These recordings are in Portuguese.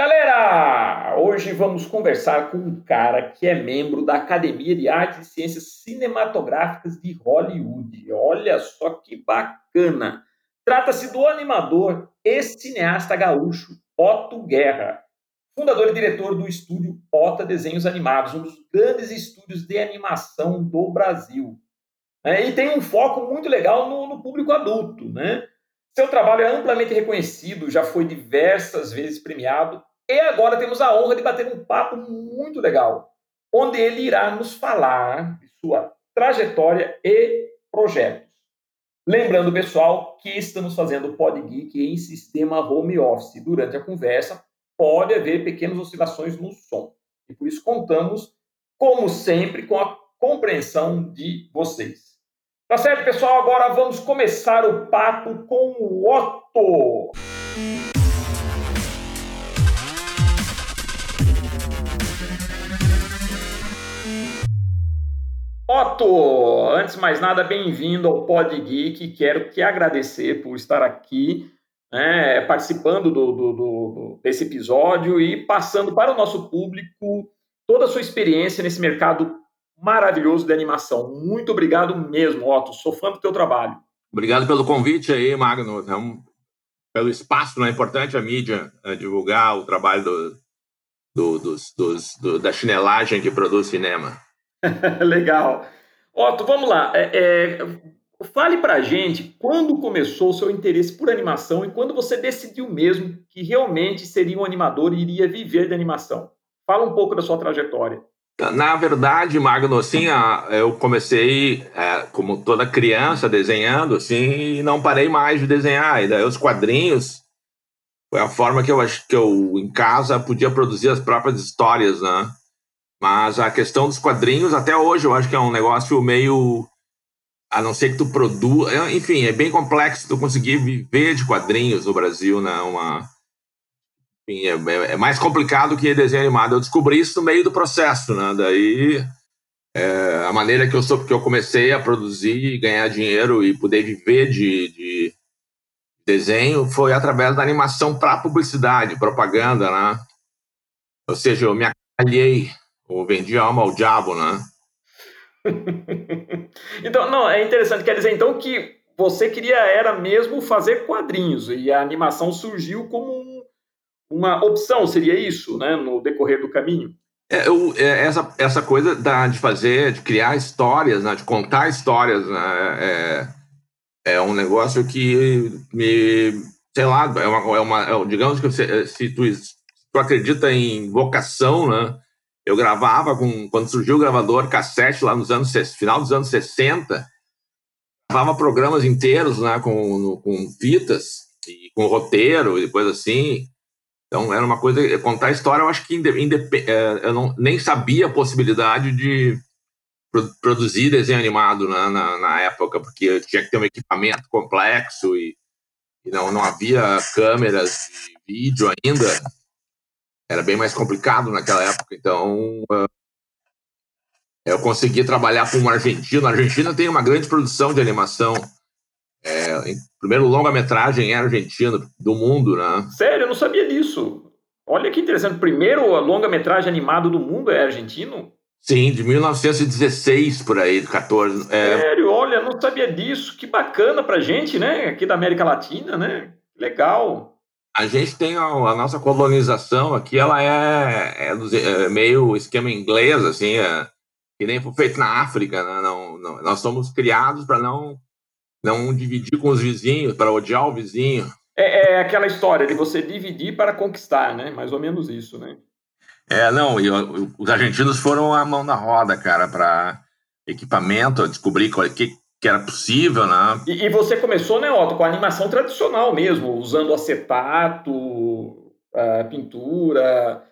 Galera, hoje vamos conversar com um cara que é membro da Academia de Artes e Ciências Cinematográficas de Hollywood. Olha só que bacana! Trata-se do animador e cineasta gaúcho Otto Guerra, fundador e diretor do estúdio Ota Desenhos Animados, um dos grandes estúdios de animação do Brasil. E tem um foco muito legal no público adulto, né? Seu trabalho é amplamente reconhecido, já foi diversas vezes premiado, e agora temos a honra de bater um papo muito legal, onde ele irá nos falar de sua trajetória e projetos. Lembrando, pessoal, que estamos fazendo o Pod Geek em sistema home office. Durante a conversa, pode haver pequenas oscilações no som. E por isso contamos, como sempre, com a compreensão de vocês. Tá certo, pessoal? Agora vamos começar o papo com o Otto. Otto, antes de mais nada, bem-vindo ao Pod Geek. Quero te agradecer por estar aqui, participando desse episódio e passando para o nosso público toda a sua experiência nesse mercado maravilhoso de animação. Muito obrigado mesmo, Otto. Sou fã do teu trabalho. Obrigado pelo convite aí, Magno. Pelo espaço, não é importante a mídia divulgar o trabalho da chinelagem que produz cinema. Legal. Otto, vamos lá. Fale pra gente quando começou o seu interesse por animação e quando você decidiu mesmo que realmente seria um animador e iria viver de animação. Fala um pouco da sua trajetória. Na verdade, Magno, assim, eu comecei como toda criança desenhando, assim, e não parei mais de desenhar. E daí os quadrinhos foi a forma que eu acho que eu em casa podia produzir as próprias histórias, né? Mas a questão dos quadrinhos até hoje eu acho que é um negócio meio, a não ser que tu produza, enfim, é bem complexo tu conseguir viver de quadrinhos no Brasil, né? Enfim, é mais complicado que desenho animado. Eu descobri isso no meio do processo, né? Daí a maneira que eu comecei a produzir e ganhar dinheiro e poder viver de desenho foi através da animação para publicidade, propaganda, né? Ou seja, eu me acalhei, ou vendi a alma ao diabo, né? Então, não, é interessante. Quer dizer, então, que você era mesmo fazer quadrinhos e a animação surgiu como uma opção, seria isso, né, no decorrer do caminho? Essa coisa de criar histórias, né, de contar histórias, né, é um negócio que sei lá, digamos que se tu acredita em vocação, né, eu gravava quando surgiu o gravador cassete lá final dos anos 60, gravava programas inteiros, né, com fitas e com roteiro e depois assim. Então, era uma coisa. Contar a história, eu acho que eu nem sabia a possibilidade de produzir desenho animado, né, na época, porque tinha que ter um equipamento complexo e não havia câmeras de vídeo ainda. Era bem mais complicado naquela época. Então, eu consegui trabalhar com um argentino. A Argentina tem uma grande produção de animação. O primeiro longa-metragem é argentino do mundo, né? Sério, eu não sabia disso. Olha que interessante. O primeiro longa-metragem animado do mundo é argentino? Sim, de 1916, por aí, 14. Sério, olha, não sabia disso. Que bacana pra gente, né? Aqui da América Latina, né? Legal. A gente tem a nossa colonização aqui, ela é meio esquema inglês, assim, que nem foi feito na África, né? Nós somos criados para não dividir com os vizinhos, para odiar o vizinho. É aquela história de você dividir para conquistar, né? Mais ou menos isso, né? Os argentinos foram a mão na roda, cara, para equipamento, descobrir que era possível, né? E você começou, né, Otto, com a animação tradicional mesmo, usando acetato, pintura,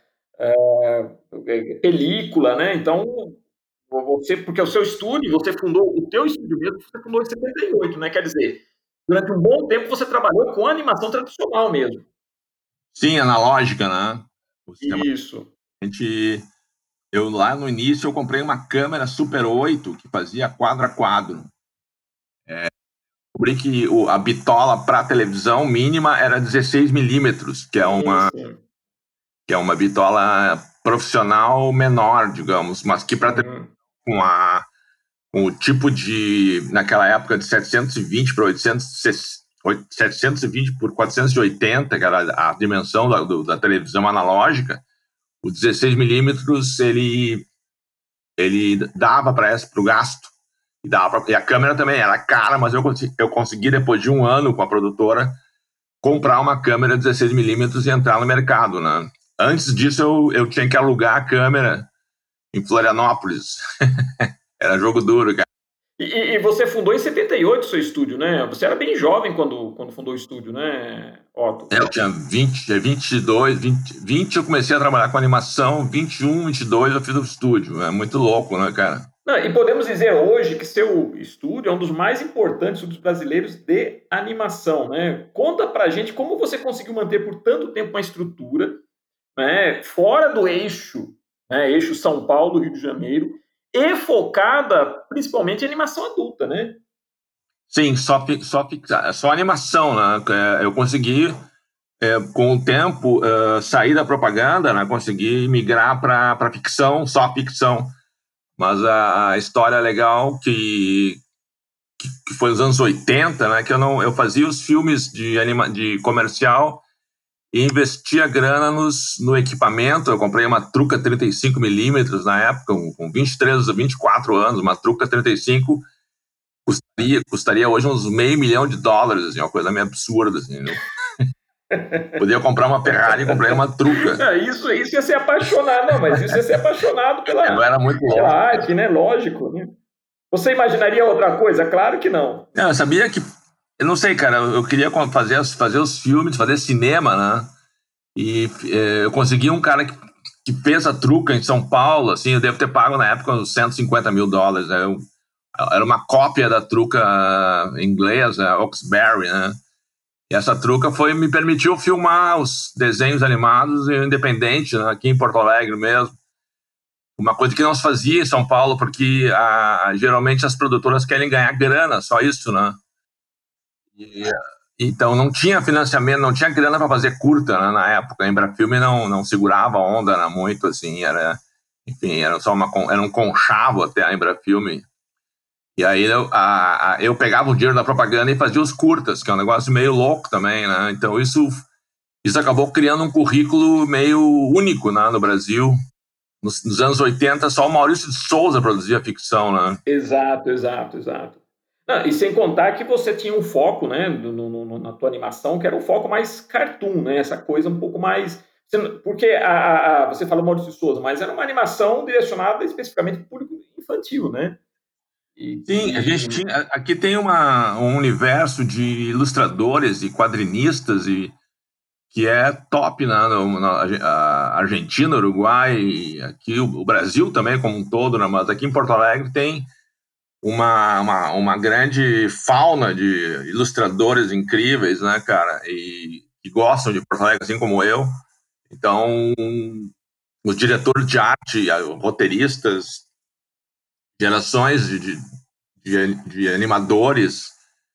película, né? Então, porque o seu estúdio, você fundou, o teu estúdio mesmo, você fundou em 78, né? Quer dizer, durante um bom tempo você trabalhou com animação tradicional mesmo. Sim, analógica, né? O sistema. Isso. Lá no início eu comprei uma câmera Super 8 que fazia quadro a quadro. Descobri que a bitola para televisão mínima era 16 milímetros, que que é uma bitola profissional menor, digamos, mas que para com o tipo de, naquela época, de 720 para 720 por 480, que era a dimensão da televisão analógica, o 16 milímetros ele dava para o gasto. E a câmera também era cara, mas eu consegui, depois de um ano com a produtora, comprar uma câmera 16 milímetros e entrar no mercado, né? Antes disso, eu tinha que alugar a câmera em Florianópolis. Era jogo duro, cara. E você fundou em 78 o seu estúdio, né? Você era bem jovem quando fundou o estúdio, né, Otto? Eu tinha 20 eu comecei a trabalhar com animação, 21, 22 eu fiz o estúdio. É muito louco, né, cara? Não, e podemos dizer hoje que seu estúdio é um dos mais importantes dos brasileiros de animação, né? Conta pra gente como você conseguiu manter por tanto tempo uma estrutura, né, fora do eixo, né, eixo São Paulo, Rio de Janeiro, e focada principalmente em animação adulta, né? Sim, só animação, né? Eu consegui, com o tempo, sair da propaganda, né? Consegui migrar para ficção, só ficção. Mas a história legal que foi nos anos 80, né? Que eu fazia os filmes de comercial e investia grana no equipamento. Eu comprei uma Truca 35mm na época, com 23, 24 anos, uma Truca 35 custaria hoje uns $500.000, assim, uma coisa meio absurda, assim, né? Podia comprar uma Ferrari e comprei uma Truca. Isso ia ser apaixonado, não, mas isso ia ser apaixonado Eu era muito pela louco. arte, né? Lógico, né? Você imaginaria outra coisa? Claro que não. Não, eu sabia que, eu não sei, cara, eu queria fazer os filmes, fazer cinema, né? E eu consegui um cara que fez a Truca em São Paulo, assim, eu devo ter pago na época uns $150.000, né? Era uma cópia da Truca inglesa, Oxbury, né? E essa Truca me permitiu filmar os desenhos animados independente, né? Aqui em Porto Alegre mesmo. Uma coisa que não se fazia em São Paulo, porque geralmente as produtoras querem ganhar grana, só isso, né? E, então não tinha financiamento, não tinha grana para fazer curta, né, na época. A Embrafilme não segurava a onda, era muito assim, enfim, era um conchavo até a Embrafilme. E aí eu pegava o dinheiro da propaganda e fazia os curtas, que é um negócio meio louco também, né? Então isso acabou criando um currículo meio único, né, no Brasil. Nos anos 80, só o Maurício de Souza produzia ficção, né? Exato, exato, exato. Não, e sem contar que você tinha um foco, né, na tua animação, que era um foco mais cartoon, né? Essa coisa um pouco mais. Porque você fala Maurício de Souza, mas era uma animação direcionada especificamente para o público infantil, né? Sim, a gente aqui tem um universo de ilustradores e quadrinistas que é top na Argentina, Uruguai, aqui o Brasil também como um todo, né? Mas aqui em Porto Alegre tem uma grande fauna de ilustradores incríveis, né, cara? E que gostam de Porto Alegre, assim como eu. Então, os diretores de arte, roteiristas, gerações de animadores.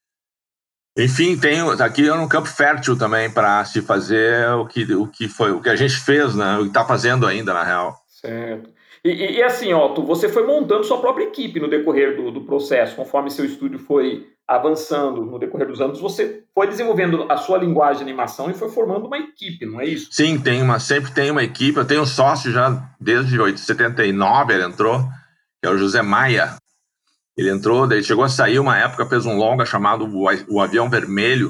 Enfim, aqui é um campo fértil também para se fazer o que a gente fez, né? O que está fazendo ainda, na real. Certo. E assim, Otto, você foi montando sua própria equipe no decorrer do processo, conforme seu estúdio foi avançando no decorrer dos anos, você foi desenvolvendo a sua linguagem de animação e foi formando uma equipe, não é isso? Sim, sempre tem uma equipe. Eu tenho um sócio já desde 79, ele entrou, que é o José Maia. Ele entrou, daí chegou a sair uma época, fez um longa chamado O Avião Vermelho.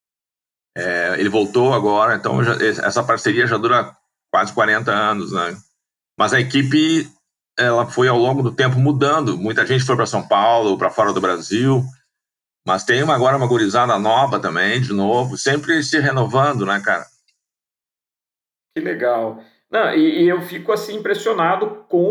Ele voltou agora, então essa parceria já dura quase 40 anos, né? Mas a equipe, ela foi ao longo do tempo mudando. Muita gente foi para São Paulo, para fora do Brasil, mas tem agora uma gurizada nova também, de novo, sempre se renovando, né, cara? Que legal. Não, e eu fico assim impressionado com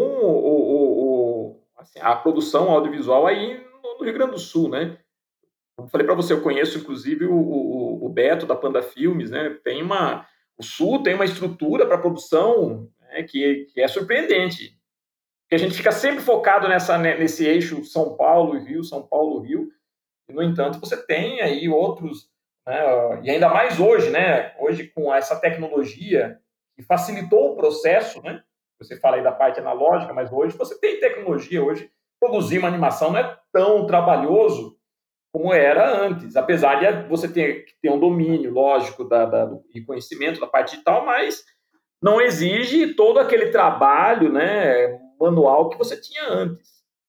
assim, a produção audiovisual aí no Rio Grande do Sul, né? Como falei para você, eu conheço inclusive o Beto da Panda Filmes, né? O Sul tem uma estrutura para produção, né, que é surpreendente. Que a gente fica sempre focado nesse eixo São Paulo e Rio, São Paulo Rio. E, no entanto, você tem aí outros, né, e ainda mais hoje, né? Hoje com essa tecnologia que facilitou o processo, né? Você fala aí da parte analógica, mas hoje você tem tecnologia, hoje produzir uma animação não é tão trabalhoso como era antes, apesar de você ter que ter um domínio, lógico, e conhecimento da parte digital, mas não exige todo aquele trabalho, né, manual que você tinha antes.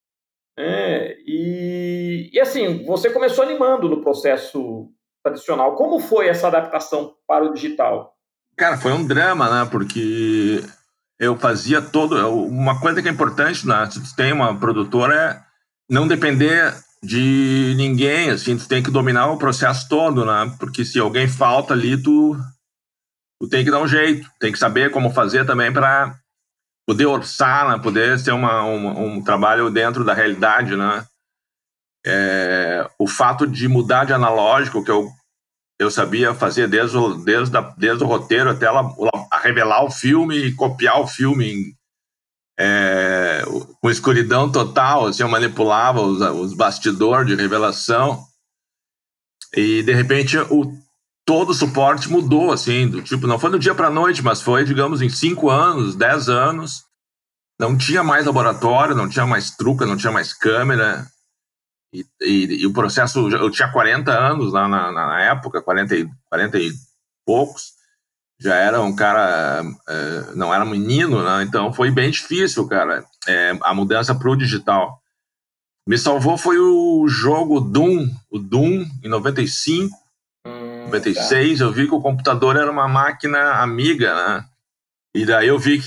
E assim, você começou animando no processo tradicional. Como foi essa adaptação para o digital? Cara, foi um drama, né? Porque eu fazia todo. Uma coisa que é importante, né? Se tu tem uma produtora, é não depender de ninguém, assim, tu tem que dominar o processo todo, né? Porque se alguém falta ali, tu tem que dar um jeito, tem que saber como fazer também para poder orçar, né? Poder ser um trabalho dentro da realidade, né? O fato de mudar de analógico, que eu sabia fazer desde o roteiro até a revelar o filme e copiar o filme com escuridão total, assim, eu manipulava os bastidores de revelação e de repente todo o suporte mudou, assim, do tipo, não foi do dia para noite, mas foi, digamos, em 5 anos, 10 anos, não tinha mais laboratório, não tinha mais truca, não tinha mais câmera, e o processo, eu tinha 40 anos lá na época, 40 e poucos, já era um cara, não era menino, né? Então foi bem difícil, cara, a mudança para o digital. Me salvou foi o jogo Doom, o Doom em 95, Tá. 96, eu vi que o computador era uma máquina amiga, né? E daí eu vi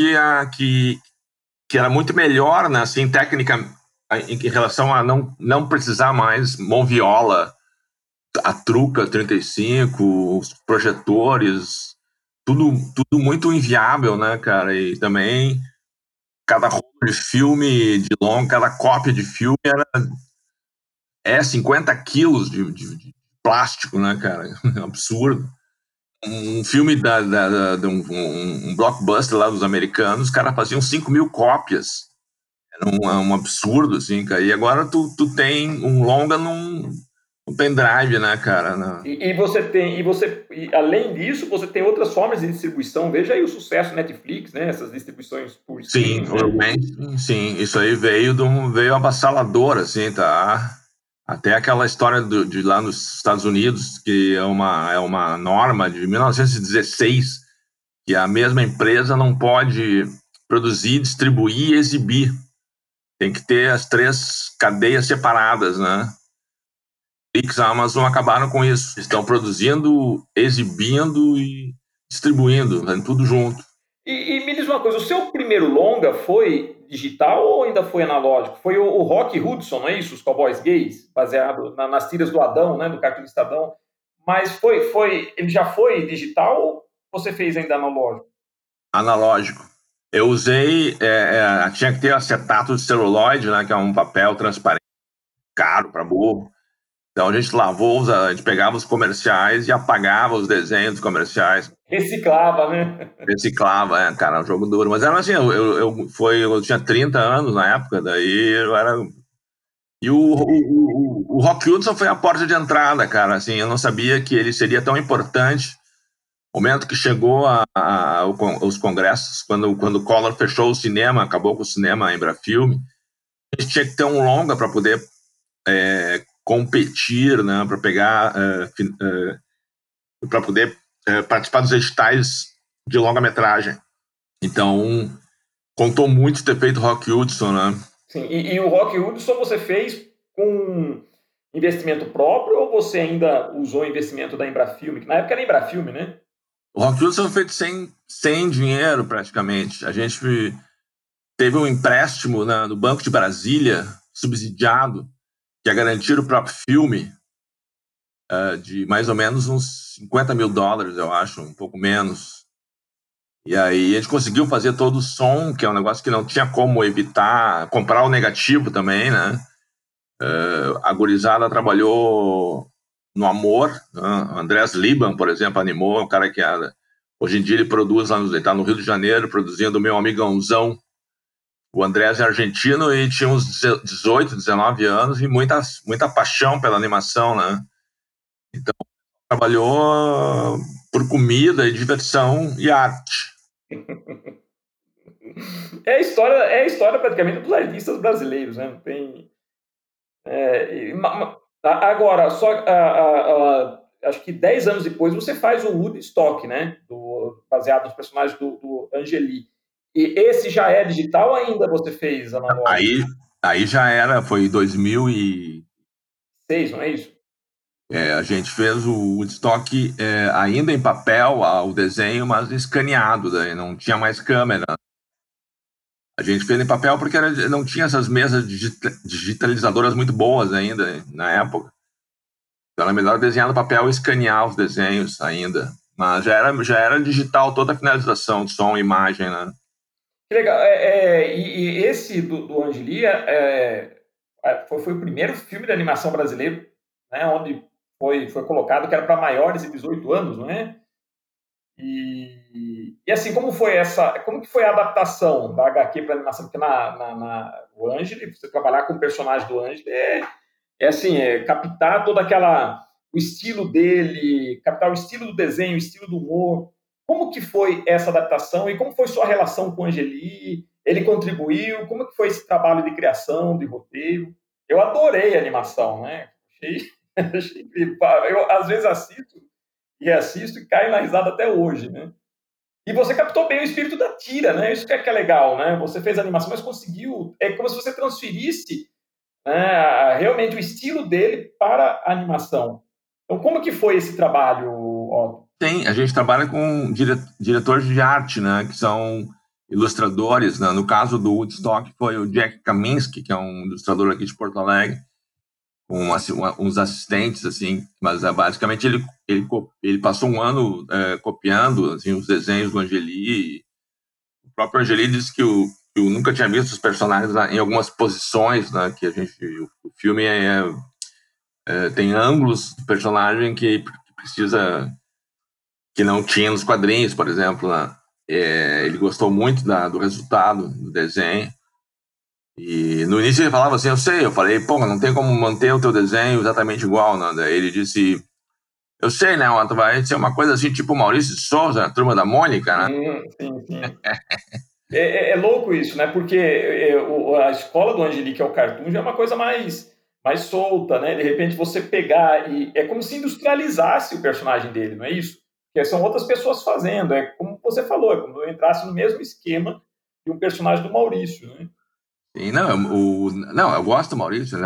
que era muito melhor, né, assim, técnica, em relação a não precisar mais mão viola, a truca 35, os projetores, tudo muito inviável, né, cara? E também cada rolo de filme de longa, cada cópia de filme é 50 quilos de plástico, né, cara? É um absurdo. Um filme de um blockbuster lá dos americanos, os caras faziam 5.000 cópias. Era um absurdo, assim, cara. E agora tu tem um longa num pendrive, né, cara? Além disso, você tem outras formas de distribuição. Veja aí o sucesso Netflix, né? Essas distribuições por Sim, streaming, né? sim, isso aí veio avassalador, assim, tá? Até aquela história de lá nos Estados Unidos, que é uma norma de 1916, que a mesma empresa não pode produzir, distribuir e exibir. Tem que ter as 3 cadeias separadas, né? Netflix, a Amazon acabaram com isso. Estão produzindo, exibindo e distribuindo, né? Tudo junto. E me diz uma coisa, o seu primeiro longa foi digital ou ainda foi analógico? Foi o Rock Hudson, não é isso? Os Cowboys Gays, baseado nas tiras do Adão, né? Do cartunista Adão. Mas ele já foi digital ou você fez ainda analógico? Analógico. Eu usei, tinha que ter acetato de celuloide, né, que é um papel transparente, caro para burro. Então a gente a gente pegava os comerciais e apagava os desenhos comerciais, Reciclava, né? reciclava, cara, um jogo duro. Mas era assim, eu tinha 30 anos na época, daí eu era. E o Rock Hudson foi a porta de entrada, cara. Assim, eu não sabia que ele seria tão importante. O momento que chegou os congressos, quando o Collor fechou o cinema, acabou com o cinema, a Embrafilme, a gente tinha que ter um longa para poder competir, né, para pegar, para poder participar dos editais de longa-metragem. Então, contou muito ter feito Rock Hudson, né? Sim, e o Rock Hudson você fez com investimento próprio ou você ainda usou o investimento da Embrafilme? Que na época era Embrafilme, né? O Rock Hudson foi feito sem dinheiro, praticamente. A gente teve um empréstimo no Banco de Brasília, subsidiado, que ia garantir o próprio filme, de mais ou menos uns US$ 50.000, eu acho, um pouco menos. E aí a gente conseguiu fazer todo o som, que é um negócio que não tinha como evitar, comprar o negativo também, né? A gurizada trabalhou no Amor, né? Andrés Liban, por exemplo, animou, um cara que hoje em dia ele produz lá, ele tá no Rio de Janeiro, produzindo o Meu Amigãozão. O Andrés é argentino e tinha uns 18, 19 anos e muita paixão pela animação, né? Então trabalhou por comida e diversão e arte. É a história praticamente dos artistas brasileiros, né? Não tem. Agora, acho que 10 anos depois você faz o Woodstock, né? Baseado nos personagens do Angeli. E esse já é digital ou ainda você fez analógico? Aí já era, foi 2006, 6, não é isso? a gente fez o Woodstock ainda em papel, o desenho, mas escaneado, daí não tinha mais câmera. A gente fez em papel porque não tinha essas mesas digitalizadoras muito boas ainda na época. Então era melhor desenhar no papel e escanear os desenhos ainda. Mas já era digital toda a finalização, som, imagem, né? Que legal. E esse do Angeli foi o primeiro filme de animação brasileiro, né, onde foi colocado que era para maiores de 18 anos, não é? E assim, como que foi a adaptação da HQ para animação? Porque o Angeli, você trabalhar com o personagem do Angeli assim, captar o estilo dele, captar o estilo do desenho, o estilo do humor. Como que foi essa adaptação e como foi sua relação com o Angeli? Ele contribuiu? Como que foi esse trabalho de criação, de roteiro? Eu adorei a animação, né? Achei incrível. Eu, às vezes, assisto e caio na risada até hoje, né? E você captou bem o espírito da tira, né? Isso que é legal, né? Você fez a animação, mas conseguiu... É como se você transferisse, né, realmente o estilo dele para a animação. Então, como que foi esse trabalho, Otto? A gente trabalha com diretores de arte, né, que são ilustradores, né? No caso do Woodstock foi o Jack Kaminski, que é um ilustrador aqui de Porto Alegre, com uns assistentes, assim, mas basicamente ele passou um ano copiando assim, os desenhos do Angeli. O próprio Angeli disse que eu nunca tinha visto os personagens em algumas posições, né, que o filme tem ângulos do personagem que precisa, que não tinha nos quadrinhos, por exemplo, né? Ele gostou muito do resultado do desenho. E no início ele falava assim, eu falei, pô, não tem como manter o teu desenho exatamente igual, né? Daí ele disse, eu sei, né, Otto, vai ser uma coisa assim, tipo Maurício de Souza, a Turma da Mônica, né? Sim, sim. É louco isso, né? Porque a escola do Angeli, que é o cartoon, já é uma coisa mais solta, né? De repente você pegar e... É como se industrializasse o personagem dele, não é isso? Porque são outras pessoas fazendo. É como você falou, é como eu entrasse no mesmo esquema de um personagem do Maurício, né? E não, eu gosto do Maurício,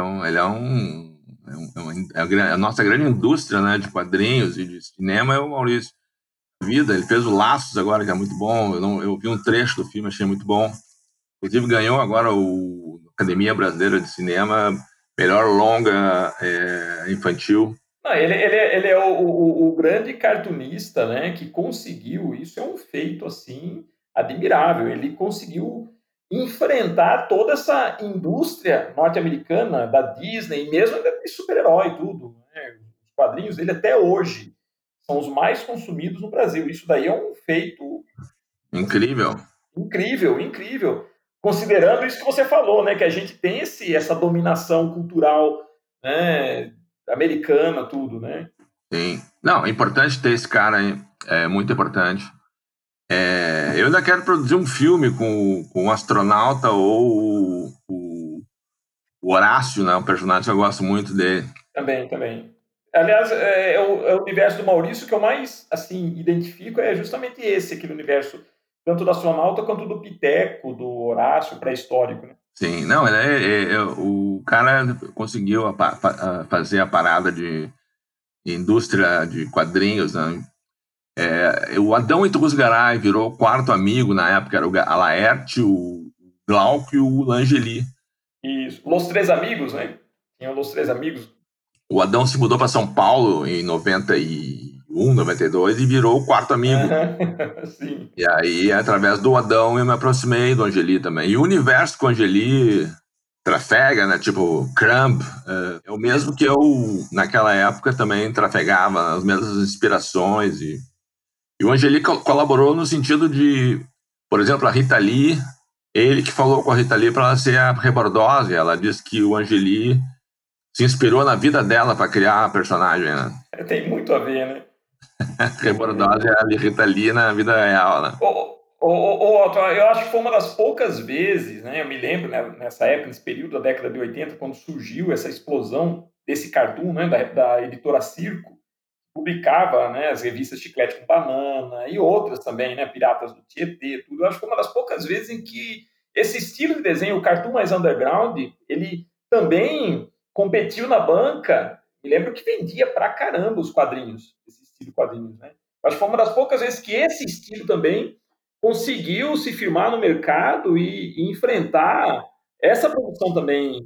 a nossa grande indústria, né, de quadrinhos e de cinema é o Maurício. Ele fez o Laços agora, que é muito bom. Eu vi um trecho do filme, achei muito bom. Inclusive ganhou agora o Academia Brasileira de Cinema, melhor longa infantil. Não, ele é o grande cartunista, né, que conseguiu, isso é um feito assim admirável. Ele conseguiu enfrentar toda essa indústria norte-americana da Disney, e mesmo de super-herói e tudo, né? Os quadrinhos dele até hoje são os mais consumidos no Brasil. Isso daí é um feito Incrível. incrível, incrível. Considerando isso que você falou, né, que a gente tem essa dominação cultural, né, americana, tudo, né? Sim. Não, é importante ter esse cara aí. É muito importante. Eu ainda quero produzir um filme com o astronauta ou o Horácio, né? Um personagem que eu gosto muito dele. Também, também. Aliás, é o universo do Maurício que eu mais assim identifico é justamente esse, aquele universo tanto do astronauta quanto do Piteco, do Horácio, pré-histórico, né? Sim, não, o cara conseguiu fazer a parada de indústria de quadrinhos, né? O Adão Iturbus-Garay virou o quarto amigo na época, era a Laerte, o Glauco e o Langeli. E Los Três Amigos, né? Tinha Los Três Amigos. O Adão se mudou para São Paulo em 91, 92 e virou o quarto amigo. Sim. E aí, através do Adão, eu me aproximei do Angeli também. E o universo com o Angeli trafega, né? Tipo, Crumb. É o mesmo que eu, naquela época, também trafegava, as mesmas inspirações. E o Angeli colaborou no sentido de, por exemplo, a Rita Lee, ele que falou com a Rita Lee para ela ser a Rebordose. Ela disse que o Angeli se inspirou na vida dela para criar a personagem, né? Tem muito a ver, né? Rebordose é a Ritalina na vida real, né? Otto, eu acho que foi uma das poucas vezes, né? Eu me lembro, né, nessa época, nesse período da década de 80, quando surgiu essa explosão desse cartoon, né, da editora Circo, publicava, né, as revistas Chiclete com Banana e outras também, né, Piratas do Tietê, tudo. Eu acho que foi uma das poucas vezes em que esse estilo de desenho, o cartoon mais underground, ele também competiu na banca. Me lembro que vendia pra caramba os quadrinhos, esse estilo de quadrinhos, né? Eu acho que foi uma das poucas vezes que esse estilo também conseguiu se firmar no mercado e enfrentar essa produção também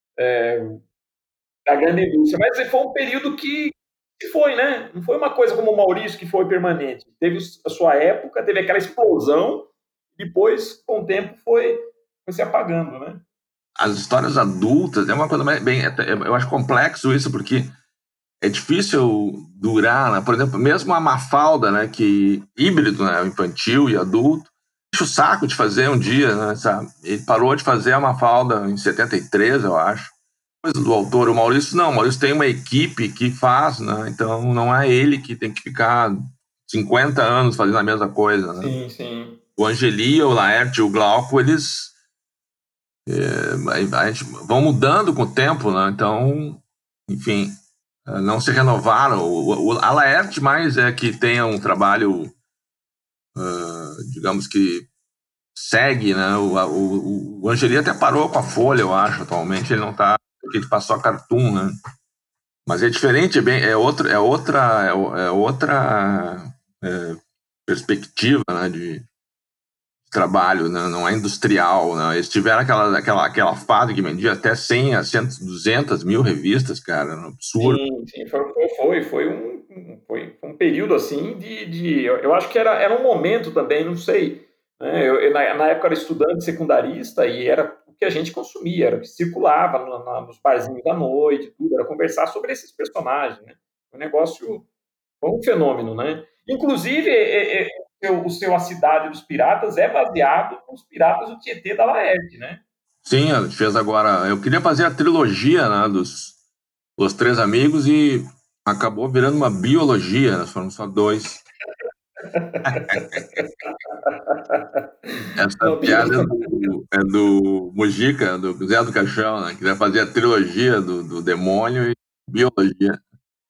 da grande indústria. Mas foi um período que foi, né? Não foi uma coisa como o Maurício que foi permanente. Teve a sua época, teve aquela explosão, depois, com o tempo, foi se apagando, né? As histórias adultas é uma coisa bem. Eu acho complexo isso, porque é difícil durar, né? Por exemplo, mesmo a Mafalda, né? Que híbrido, né? Infantil e adulto. Enche o saco de fazer um dia, né? Sabe? Ele parou de fazer a Mafalda em 73, eu acho. Coisa do autor, o Maurício não. O Maurício tem uma equipe que faz, né? Então não é ele que tem que ficar 50 anos fazendo a mesma coisa, né? Sim, sim. O Angeli, o Laerte e o Glauco, eles a gente vão mudando com o tempo, né? Então, enfim, não se renovaram. A Laerte mais é que tenha um trabalho, digamos que segue, né? O Angeli até parou com a Folha, eu acho, atualmente. Ele não tá, porque ele passou a Cartoon, né? Mas é diferente, é outra perspectiva, né, de trabalho, né? Não é industrial, né? Eles tiveram aquela fase que vendia até 100 a 100, 200 mil revistas, cara, um absurdo. Sim, sim, foi um período assim eu acho que era um momento também, não sei, né? Na época eu era estudante secundarista e era o que a gente consumia, era o que circulava nos barzinhos da noite, tudo, era conversar sobre esses personagens, né? O negócio foi um fenômeno, né? Inclusive, o seu A Cidade dos Piratas é baseado nos Piratas do Tietê da Laerte, né? Sim, a gente fez agora. Eu queria fazer a trilogia, né, dos Três Amigos e acabou virando uma biologia, nós fomos só dois. Essa Uma piada biologia. é do Mujica, do Zé do Caixão, né? Que vai fazer a trilogia do demônio e biologia.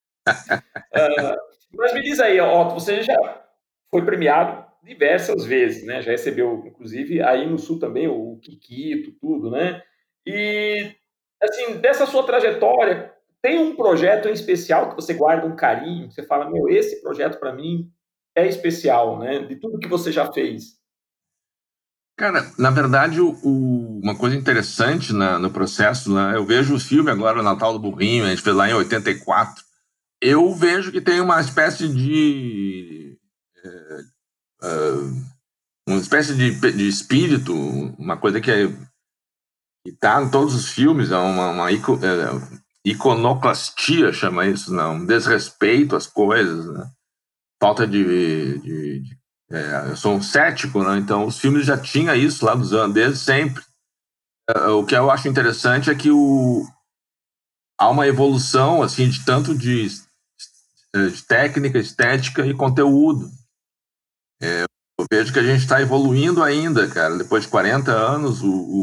Mas me diz aí, Otto, você já foi premiado diversas vezes, né? Já recebeu, inclusive, aí no Sul também, o Kikito, tudo, né? E, assim, dessa sua trajetória, tem um projeto em especial que você guarda um carinho, que você fala, meu, esse projeto para mim é especial, né? De tudo que você já fez. Cara, na verdade, uma coisa interessante no processo, né? Eu vejo o filme agora, o Natal do Burrinho, a gente fez lá em 84. Eu vejo que tem uma espécie de espírito, uma coisa que tá em todos os filmes, é iconoclastia, chama isso, né? Um desrespeito às coisas, né? Falta eu sou um cético, né? Então os filmes já tinham isso lá dos anos, desde sempre. O que eu acho interessante é que há uma evolução, assim, de tanto de técnica, estética e conteúdo. Eu vejo que a gente está evoluindo ainda, cara. Depois de 40 anos,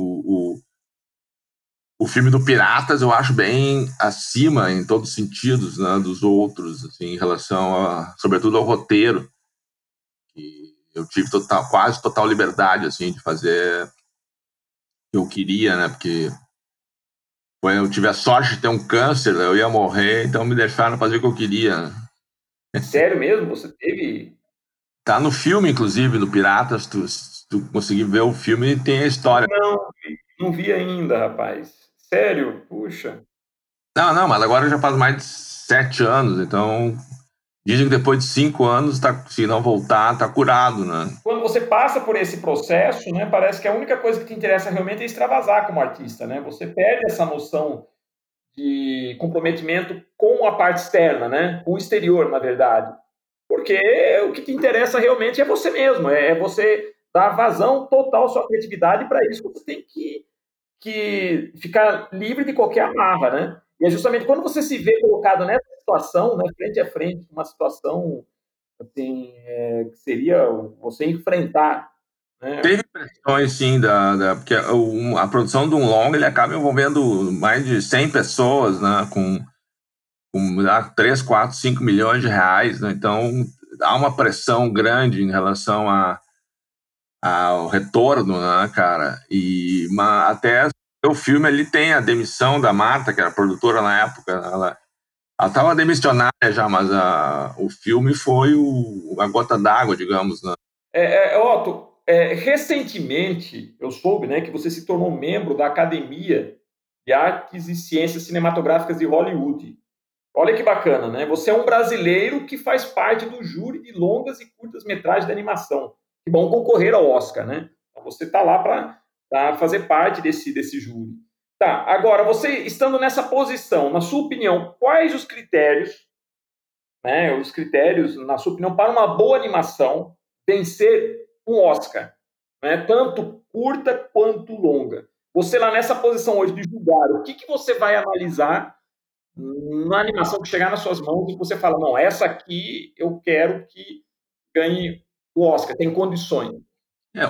o filme do Piratas eu acho bem acima em todos os sentidos, né, dos outros, assim, em relação sobretudo ao roteiro. Que eu tive quase total liberdade, assim, de fazer o que eu queria, né? Porque quando eu tive a sorte de ter um câncer, eu ia morrer, então me deixaram fazer o que eu queria, né? Sério mesmo? Você teve. Tá no filme, inclusive, do Piratas, se tu conseguir ver o filme, tem a história. Não, não vi ainda, rapaz. Sério? Puxa. Não, não, mas agora já faz mais de 7 anos, então dizem que depois de 5 anos, se não voltar, tá curado, né? Quando você passa por esse processo, né, parece que a única coisa que te interessa realmente é extravasar como artista, né? Você perde essa noção de comprometimento com a parte externa, né? Com o exterior, na verdade. Porque o que te interessa realmente é você mesmo, é você dar vazão total à sua criatividade, para isso você tem que ficar livre de qualquer amarra, né? E é justamente quando você se vê colocado nessa situação, né, frente a frente, uma situação assim, que seria você enfrentar, né? Teve pressões, sim, porque a produção de um longa ele acaba envolvendo mais de 100 pessoas, né, com 3, 4, 5 milhões de reais, né, então há uma pressão grande em relação ao retorno, né, cara, até o filme ali tem a demissão da Marta, que era produtora na época, ela estava demissionária já, mas o filme foi a gota d'água, digamos, né. Otto, recentemente eu soube, né, que você se tornou membro da Academia de Artes e Ciências Cinematográficas de Hollywood. Olha que bacana, né? Você é um brasileiro que faz parte do júri de longas e curtas metragens de animação, que vão concorrer ao Oscar, né? Então você está lá para fazer parte desse júri. Tá, agora, você estando nessa posição, na sua opinião, quais os critérios, né? Os critérios, na sua opinião, para uma boa animação vencer um Oscar, né? Tanto curta quanto longa. Você lá nessa posição hoje de julgar, o que você vai analisar na animação que chegar nas suas mãos e você fala, não, essa aqui eu quero que ganhe o Oscar, tem condições. É,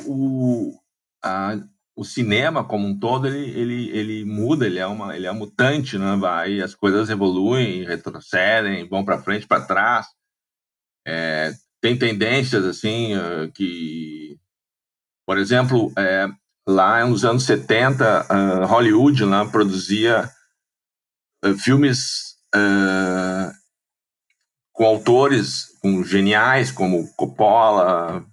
a- o cinema como um todo, ele muda, ele é mutante, né? As coisas evoluem, retrocedem, vão para frente, para trás. Tem tendências, assim, que, por exemplo, lá nos anos 70, Hollywood, lá, produzia filmes com autores geniais, como Coppola,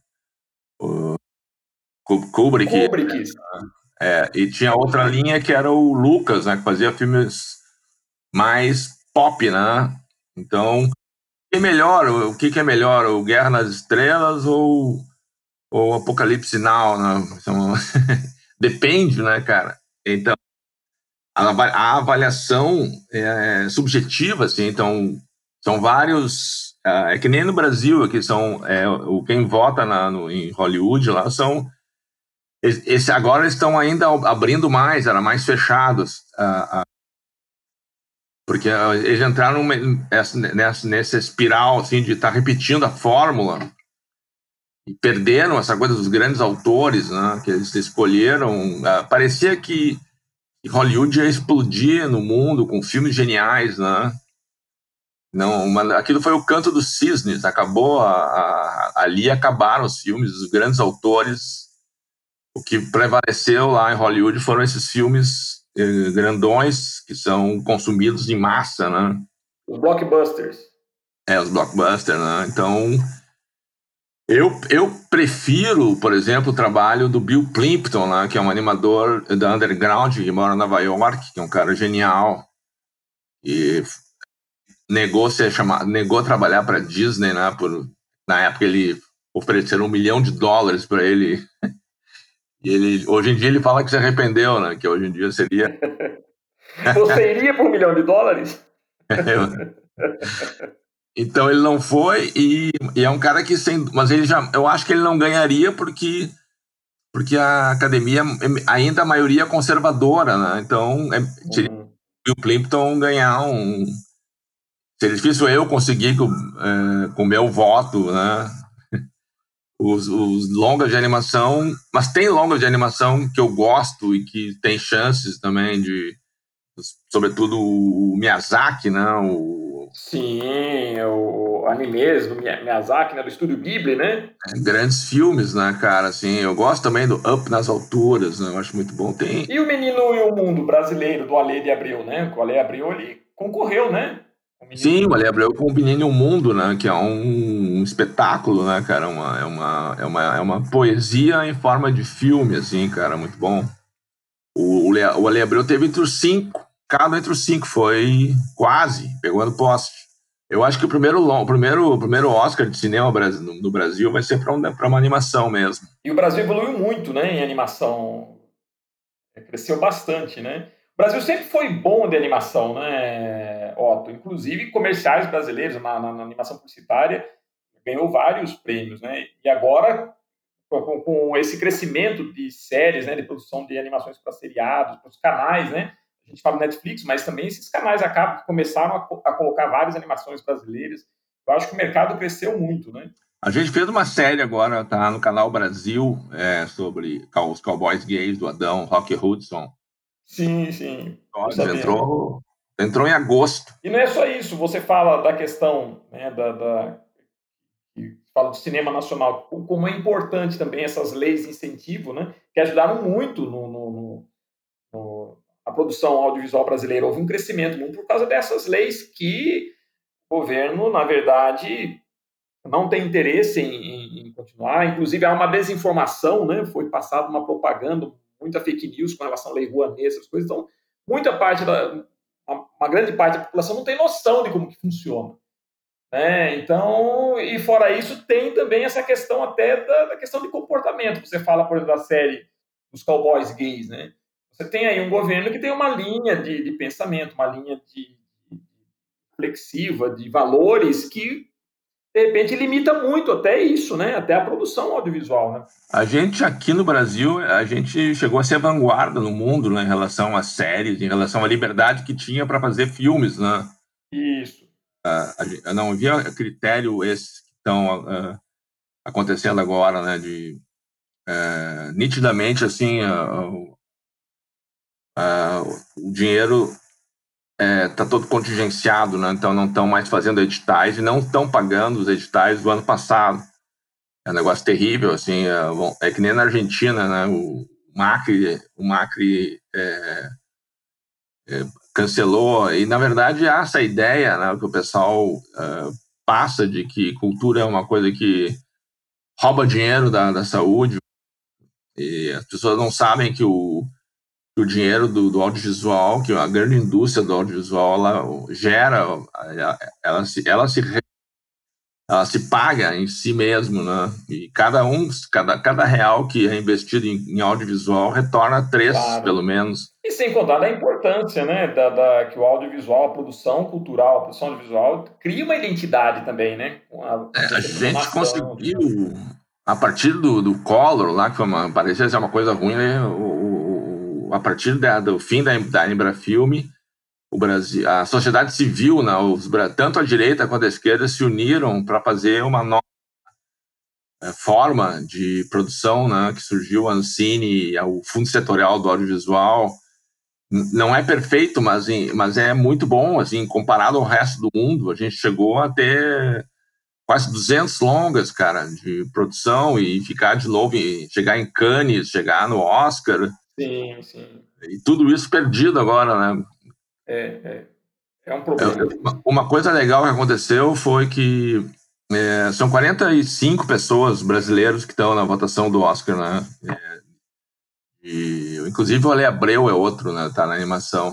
Kubrick. Kubrick, E tinha outra linha que era o Lucas, né, que fazia filmes mais pop, né? Então, o que é melhor, o Guerra nas Estrelas ou Apocalipse Now, né? Então, depende, né, cara? Então, a avaliação é subjetiva, assim, então são vários. É que nem no Brasil, aqui quem vota em Hollywood lá são. Agora eles estão ainda abrindo mais, era mais fechados. Porque eles entraram nessa espiral assim, de estar repetindo a fórmula e perderam essa coisa dos grandes autores, né, que eles escolheram. Parecia que Hollywood ia explodir no mundo com filmes geniais, né? Não, aquilo foi o canto dos cisnes. Ali acabaram os filmes, os grandes autores. O que prevaleceu lá em Hollywood foram esses filmes grandões que são consumidos em massa, né? os blockbusters. Os blockbusters, né? Então, eu prefiro, por exemplo, o trabalho do Bill Plympton, né? Que é um animador da Underground que mora em Nova York, que é um cara genial e negou trabalhar para Disney, né? Na época ele ofereceram $1 milhão para ele. E hoje em dia ele fala que se arrependeu, né? Que hoje em dia seria. Você iria por $1 milhão? Então ele não foi e é um cara que mas eu acho que ele não ganharia porque a academia ainda a maioria é conservadora, né? Então seria Uhum. o Plimpton ganhar seria difícil eu conseguir com o meu voto, né? Os longas de animação, mas tem longas de animação que eu gosto e que tem chances também sobretudo o Miyazaki, né? Sim, o animes do Miyazaki, né, do estúdio Ghibli, né? Grandes filmes, né, cara? Assim, eu gosto também do Up nas Alturas, né? Eu acho muito bom. Tem. E o Menino e o Mundo brasileiro, do Alê de Abreu, né? O Alê Abreu, ele concorreu, né? O Menino e Sim, o o Ali Mundo. Abreu com o Menino e o Mundo, né? Que é um espetáculo, né, cara? É uma poesia em forma de filme, assim, cara, muito bom. O Ali Abreu teve entre os cinco, cada entre os cinco, foi quase, pegou no poste. Eu acho que o primeiro Oscar de cinema no Brasil vai ser para uma animação mesmo. E o Brasil evoluiu muito, né, em animação. Cresceu bastante, né? O Brasil sempre foi bom de animação, né, Otto? Inclusive, comerciais brasileiros na animação publicitária ganhou vários prêmios, né? E agora, com esse crescimento de séries, né, de produção de animações para seriados, para os canais, né? A gente fala Netflix, mas também esses canais começaram a colocar várias animações brasileiras. Eu acho que o mercado cresceu muito, né? A gente fez uma série agora, tá no Canal Brasil, sobre os cowboys gays do Adão, Rock Hudson. Sim, tô sabendo. Entrou em agosto. E não é só isso, você fala da questão, né, que fala do cinema nacional, como é importante também essas leis de incentivo, né, que ajudaram muito a produção audiovisual brasileira. Houve um crescimento muito por causa dessas leis que o governo, na verdade, não tem interesse em continuar. Inclusive, há uma desinformação, né? Foi passada uma propaganda, muita fake news com relação à Lei Rouanet, essas coisas. Então, uma grande parte da população não tem noção de como que funciona. Né? Então, e fora isso, tem também essa questão até da questão de comportamento. Você fala, por exemplo, da série dos cowboys gays, né? Você tem aí um governo que tem uma linha de pensamento, uma linha de flexiva, de valores que de repente limita muito até isso, né? Até a produção audiovisual, né? A gente aqui no Brasil, a gente chegou a ser vanguarda no mundo, né, em relação às séries, em relação à liberdade que tinha para fazer filmes, né? Isso. Não havia critério esses que estão acontecendo agora, né? Nitidamente assim, o dinheiro está todo contingenciado, né? Então não estão mais fazendo editais e não estão pagando os editais do ano passado. É um negócio terrível, assim, é que nem na Argentina, né? O Macri cancelou, e na verdade há essa ideia, né, que o pessoal passa de que cultura é uma coisa que rouba dinheiro da saúde, e as pessoas não sabem que o dinheiro do audiovisual, que a grande indústria do audiovisual, ela gera, ela se paga em si mesmo, né? E cada real que é investido em audiovisual retorna três, Claro. pelo menos. E sem contar da importância, né, que o audiovisual, a produção cultural, a produção audiovisual cria uma identidade também, né, com A você como uma gente nação. conseguiu, a partir do Collor, lá, que parecia ser uma coisa ruim, né? A partir do fim da Embrafilme, o Brasil, a sociedade civil, né, tanto a direita quanto a esquerda se uniram para fazer uma nova forma de produção, né, que surgiu a Ancine, o Fundo Setorial do Audiovisual. Não é perfeito, mas é muito bom, assim, comparado ao resto do mundo. A gente chegou a ter quase 200 longas, cara, de produção, e ficar de novo, chegar em Cannes, chegar no Oscar, Sim. e tudo isso perdido agora, né? É um problema. Uma coisa legal que aconteceu foi que são 45 pessoas brasileiros que estão na votação do Oscar, né? Inclusive o Ale Abreu é outro, né? Tá na animação.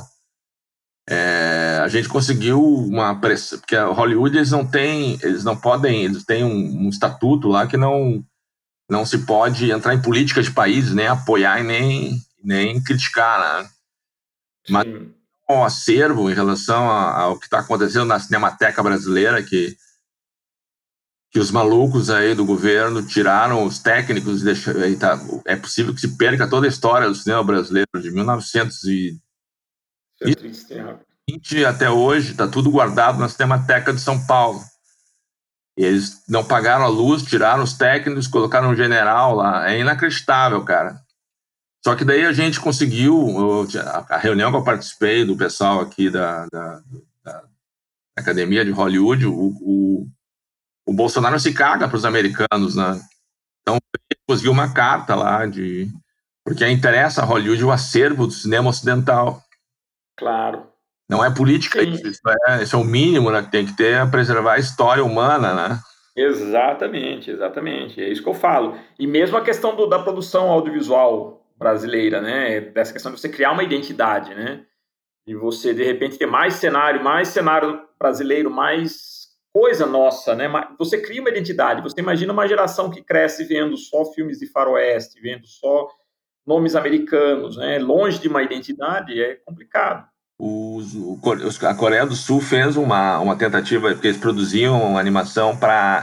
A gente conseguiu uma pressão, porque a Hollywood eles não podem, eles têm um estatuto lá que não se pode entrar em política de países, nem apoiar e nem criticar, né? Mas Sim, o acervo em relação ao que está acontecendo na Cinemateca Brasileira, que os malucos aí do governo tiraram os técnicos e deixaram, é possível que se perca toda a história do cinema brasileiro de 1920 isso é triste, né? até hoje, está tudo guardado na Cinemateca de São Paulo. E eles não pagaram a luz, tiraram os técnicos, colocaram um general lá. É inacreditável, cara. Só que daí a gente conseguiu, a reunião que eu participei do pessoal aqui da Academia de Hollywood, o Bolsonaro se caga para os americanos, né? Então ele conseguiu uma carta lá porque interessa a Hollywood o acervo do cinema ocidental. Claro. Não é política Sim, isso é o mínimo, né, que tem que ter, é preservar a história humana, né? exatamente. É isso que eu falo. E mesmo a questão da produção audiovisual brasileira, né? Dessa questão de você criar uma identidade, né? E você, de repente, ter mais cenário brasileiro, mais coisa nossa, né? Você cria uma identidade. Você imagina uma geração que cresce vendo só filmes de faroeste, vendo só nomes americanos, né? Longe de uma identidade, é complicado. A Coreia do Sul fez uma tentativa, porque eles produziam animação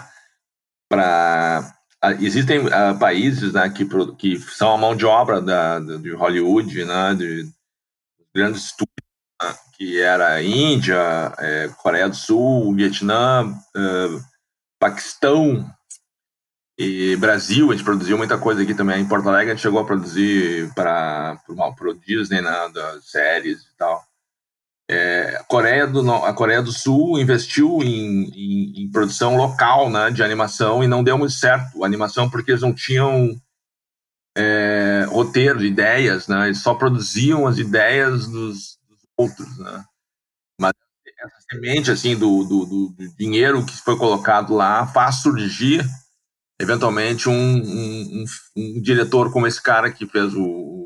para existem países, né, que são a mão de obra de Hollywood, né, de grandes estúdios. né, que era Índia, Coreia do Sul, Vietnã, Paquistão e Brasil. A gente produziu muita coisa aqui também. Em Porto Alegre a gente chegou a produzir para o Disney, né, das séries e tal. A Coreia do Sul investiu em produção local, né, de animação, e não deu muito certo a animação porque eles não tinham roteiro, ideias, né, eles só produziam as ideias dos outros, né. Mas essa semente assim, do dinheiro que foi colocado lá faz surgir eventualmente um diretor como esse cara que fez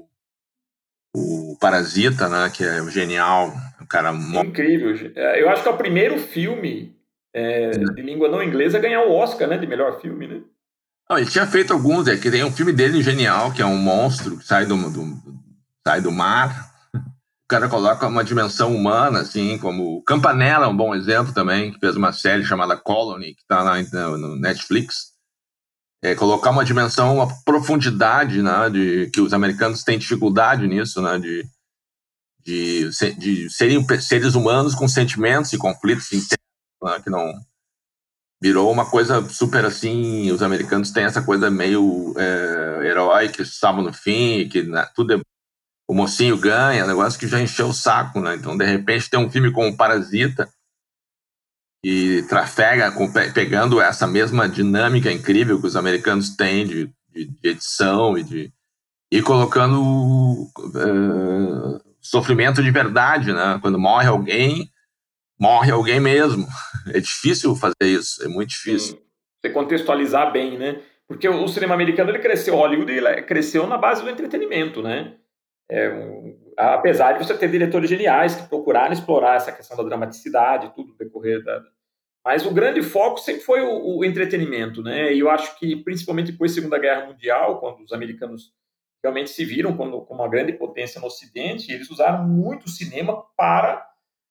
o Parasita, né, que é genial, um cara Incrível. Eu acho que é o primeiro filme de língua não inglesa a ganhar o Oscar, né, de melhor filme, né? Não, ele tinha feito alguns, que tem um filme dele genial, que é um monstro que sai sai do mar. O cara coloca uma dimensão humana, assim, como... Campanella é um bom exemplo também, que fez uma série chamada Colony, que está no Netflix. Colocar uma dimensão, uma profundidade, né, que os americanos têm dificuldade nisso, né, de serem seres humanos com sentimentos e conflitos internos, né, que não... Virou uma coisa super assim. Os americanos têm essa coisa meio herói que salva no fim, que né, tudo o mocinho ganha, negócio que já encheu o saco, né? Então, de repente, tem um filme como Parasita que trafega pegando essa mesma dinâmica incrível que os americanos têm de edição e colocando sofrimento de verdade, né? Quando morre alguém mesmo. É difícil fazer isso, é muito difícil. Sim. Você contextualizar bem, né? Porque o cinema americano, ele cresceu, Hollywood, ele cresceu na base do entretenimento, né? Apesar de você ter diretores geniais que procuraram explorar essa questão da dramaticidade, tudo no decorrer da... Mas o grande foco sempre foi o entretenimento, né? E eu acho que, principalmente depois da Segunda Guerra Mundial, quando os americanos realmente se viram como uma grande potência no Ocidente, eles usaram muito o cinema para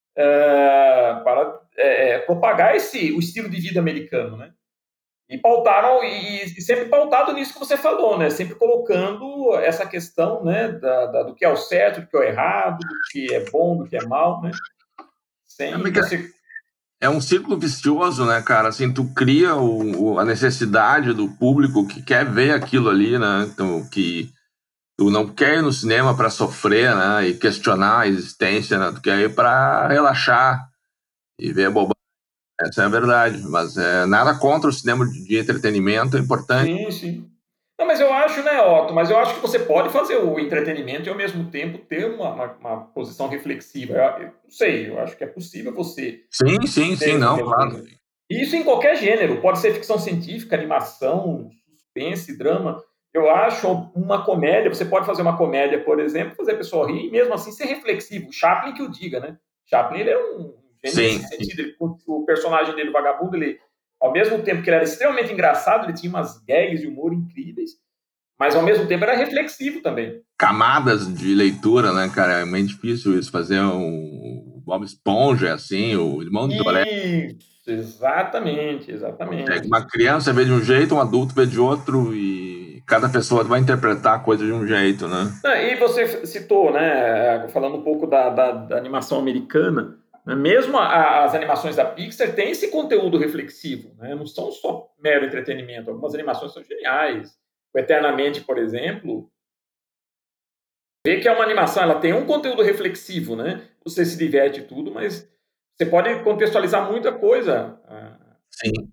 propagar o estilo de vida americano, né? E pautaram, e sempre pautado nisso que você falou, né? Sempre colocando essa questão, né, do que é o certo, do que é o errado, do que é bom, do que é mal, né? Sem você... É um círculo vicioso, né, cara? Assim, tu cria a necessidade do público que quer ver aquilo ali, né? Então, que tu não quer ir no cinema para sofrer, né? E questionar a existência, né? Tu quer ir para relaxar e ver bobagem. Essa é a verdade. Mas nada contra o cinema de entretenimento, é importante. Sim, sim. Não, mas eu acho, né, Otto, mas eu acho que você pode fazer o entretenimento e ao mesmo tempo ter uma posição reflexiva. Eu não sei, eu acho que é possível você Sim, sim, sim, ter não, entendeu? claro. Isso em qualquer gênero, pode ser ficção científica, animação, suspense, drama. Eu acho uma comédia, você pode fazer uma comédia, por exemplo, fazer a pessoa rir e mesmo assim ser reflexivo. Chaplin que o diga, né? Chaplin, ele é um gênio Sim, nesse sim. sentido. O personagem dele, o vagabundo, ele, ao mesmo tempo que ele era extremamente engraçado, ele tinha umas gags de humor incríveis, mas ao mesmo tempo era reflexivo também. Camadas de leitura, né, cara? É muito difícil isso. Fazer o Bob Esponja, assim, o Irmão de Doré. Isso, exatamente, exatamente. Uma criança vê de um jeito, um adulto vê de outro, e cada pessoa vai interpretar a coisa de um jeito, né? E você citou, né, falando um pouco da animação americana, né, mesmo as animações da Pixar têm esse conteúdo reflexivo, né, não são só mero entretenimento, algumas animações são geniais. O Eternamente, por exemplo, vê que é uma animação, ela tem um conteúdo reflexivo, né? Você se diverte e tudo, mas você pode contextualizar muita coisa. Sim.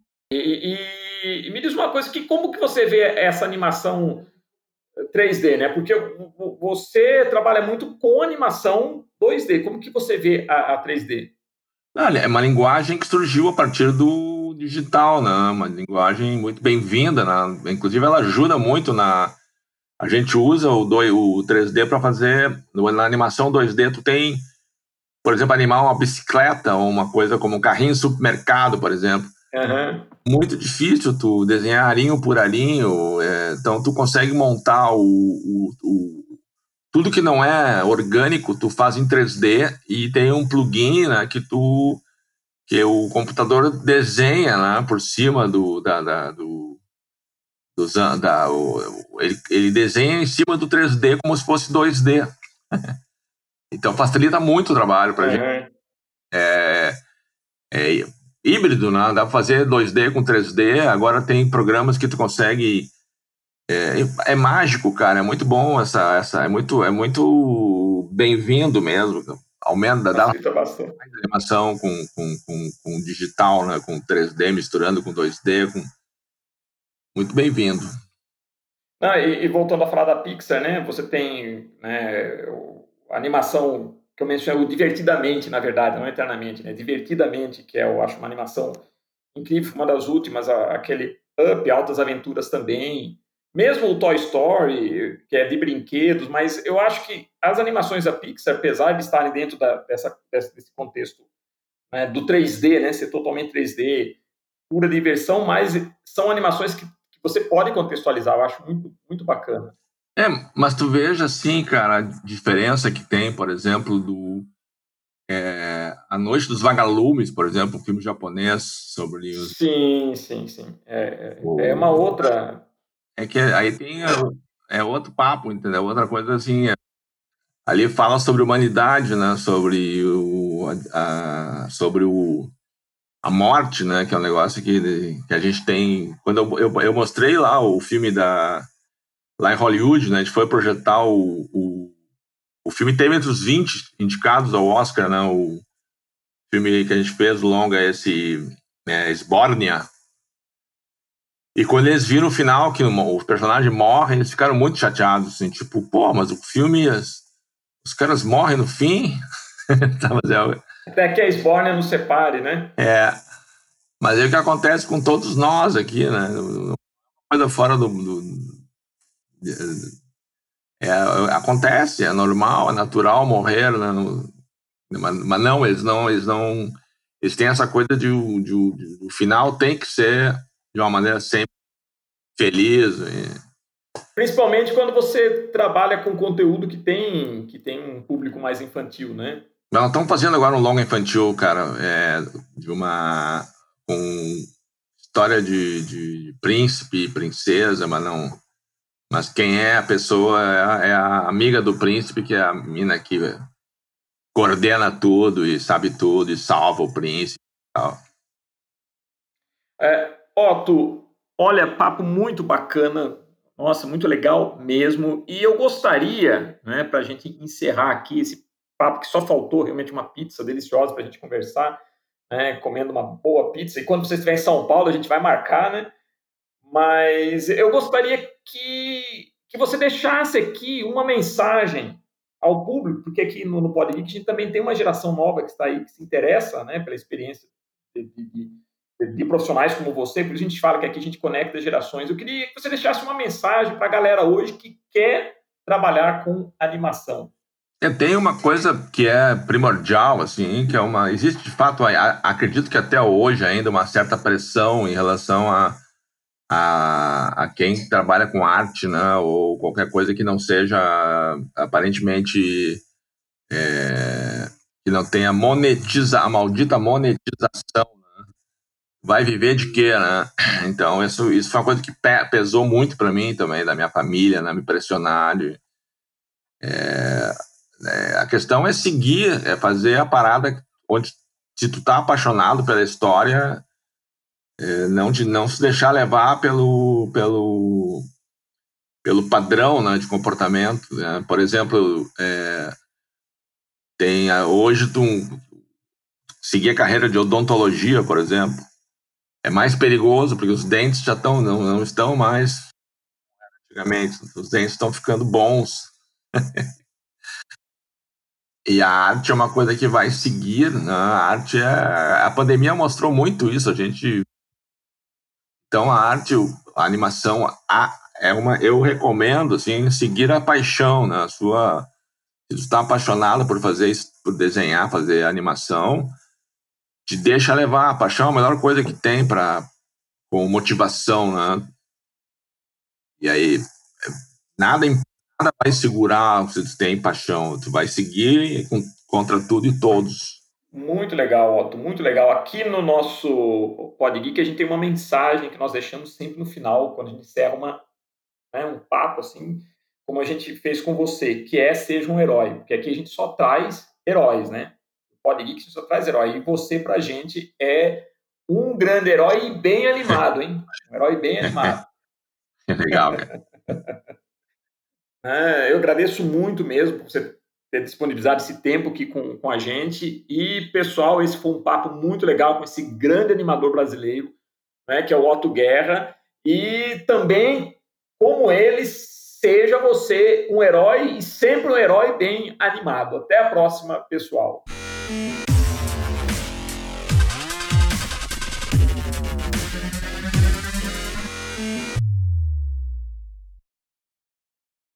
E me diz uma coisa, como que você vê essa animação 3D, né? Porque você trabalha muito com animação 2D. Como que você vê a 3D? Olha, é uma linguagem que surgiu a partir do digital, né? Uma linguagem muito bem-vinda, né? Inclusive, ela ajuda muito na... A gente usa o 3D para fazer... Na animação 2D, tu tem, por exemplo, animar uma bicicleta ou uma coisa como um carrinho de supermercado, por exemplo. Uhum. Muito difícil tu desenhar arinho por arinho, então tu consegue montar tudo que não é orgânico, tu faz em 3D e tem um plugin, né, que o computador desenha, né, por cima ele desenha em cima do 3D como se fosse 2D. Então facilita muito o trabalho para a gente. Uhum. É híbrido, né? Dá para fazer 2D com 3D. Agora tem programas que tu consegue. É mágico, cara. É muito bom é muito bem-vindo mesmo. Aumenta, dá Facilita bastante. animação com digital, né? Com 3D misturando com 2D, muito bem-vindo. Não, e voltando a falar da Pixar, né? Você tem, né, a animação que eu mencionei, o Divertidamente, na verdade, não eternamente, né? Divertidamente, que eu acho uma animação incrível, uma das últimas, aquele Up, Altas Aventuras também. Mesmo o Toy Story, que é de brinquedos, mas eu acho que as animações da Pixar, apesar de estarem dentro desse contexto, né, do 3D, né, ser totalmente 3D, pura diversão, mas são animações que você pode contextualizar, eu acho muito, muito bacana. É, mas tu veja assim, cara, a diferença que tem, por exemplo, A Noite dos Vagalumes, por exemplo, um filme japonês sobre Sim, sim, sim. É uma o outra. é que aí tem outro papo, entendeu? Outra coisa assim, ali fala sobre humanidade, né? Sobre a morte, né? Que é um negócio que a gente tem. Quando eu mostrei lá o filme lá em Hollywood, né? A gente foi projetar o filme teve entre os 20 indicados ao Oscar, né? O filme que a gente fez, o longa, Sbórnia. E quando eles viram o final, que o personagem morre, eles ficaram muito chateados, assim, tipo, pô, mas o filme, os caras morrem no fim? Tá, Até que a Sborne nos separe, né? mas é o que acontece com todos nós aqui, né? Coisa fora acontece, é normal, é natural morrer, né? Mas não, eles têm essa coisa o final tem que ser de uma maneira sempre feliz. Principalmente quando você trabalha com conteúdo que tem um público mais infantil, né? Nós estamos fazendo agora um longa infantil, cara, de uma com história de príncipe e princesa, mas não. Mas quem é a pessoa é a amiga do príncipe, que é a mina que coordena tudo e sabe tudo e salva o príncipe e tal. Otto, olha, papo muito bacana, nossa, muito legal mesmo. E eu gostaria, né, para a gente encerrar aqui esse papo que só faltou realmente uma pizza deliciosa para a gente conversar, né, comendo uma boa pizza. E quando você estiver em São Paulo, a gente vai marcar, né? Mas eu gostaria que você deixasse aqui uma mensagem ao público, porque aqui no Podgeek a gente também tem uma geração nova que está aí, que se interessa, né, pela experiência de profissionais como você, por isso a gente fala que aqui a gente conecta gerações. Eu queria que você deixasse uma mensagem para a galera hoje que quer trabalhar com animação. Tem uma coisa que é primordial, assim, que existe de fato, acredito que até hoje ainda uma certa pressão em relação a quem trabalha com arte, né, ou qualquer coisa que não seja aparentemente que não tenha a maldita monetização, vai viver de quê, né? Então isso foi uma coisa que pesou muito para mim também, da minha família, né, me pressionar. A questão é seguir, é fazer a parada onde se tu tá apaixonado pela história, não se deixar levar pelo padrão, né, de comportamento, né? Por exemplo, hoje tu seguir a carreira de odontologia, por exemplo, é mais perigoso porque os dentes já não estão mais antigamente, os dentes estão ficando bons. E a arte é uma coisa que vai seguir, né? A pandemia mostrou muito isso, a gente. Então a arte, a animação, eu recomendo assim seguir a paixão, né? Se tu está apaixonado por fazer isso, por desenhar, fazer animação, te deixa levar. A paixão é a melhor coisa que tem para com motivação, né? E aí nada vai segurar se tu tem paixão, tu vai seguir contra tudo e todos. Muito legal, Otto, muito legal. Aqui no nosso Podgeek a gente tem uma mensagem que nós deixamos sempre no final, quando a gente encerra um papo assim. como a gente fez com você, que é seja um herói, porque aqui a gente só traz heróis, né? Pode ir que só traz herói. E você, pra gente, é um grande herói e bem animado, hein? Um herói bem animado. Legal, cara. Eu agradeço muito mesmo por você ter disponibilizado esse tempo aqui com a gente. E, pessoal, esse foi um papo muito legal com esse grande animador brasileiro, né, que é o Otto Guerra. E também, como ele, seja você um herói e sempre um herói bem animado. Até a próxima, pessoal.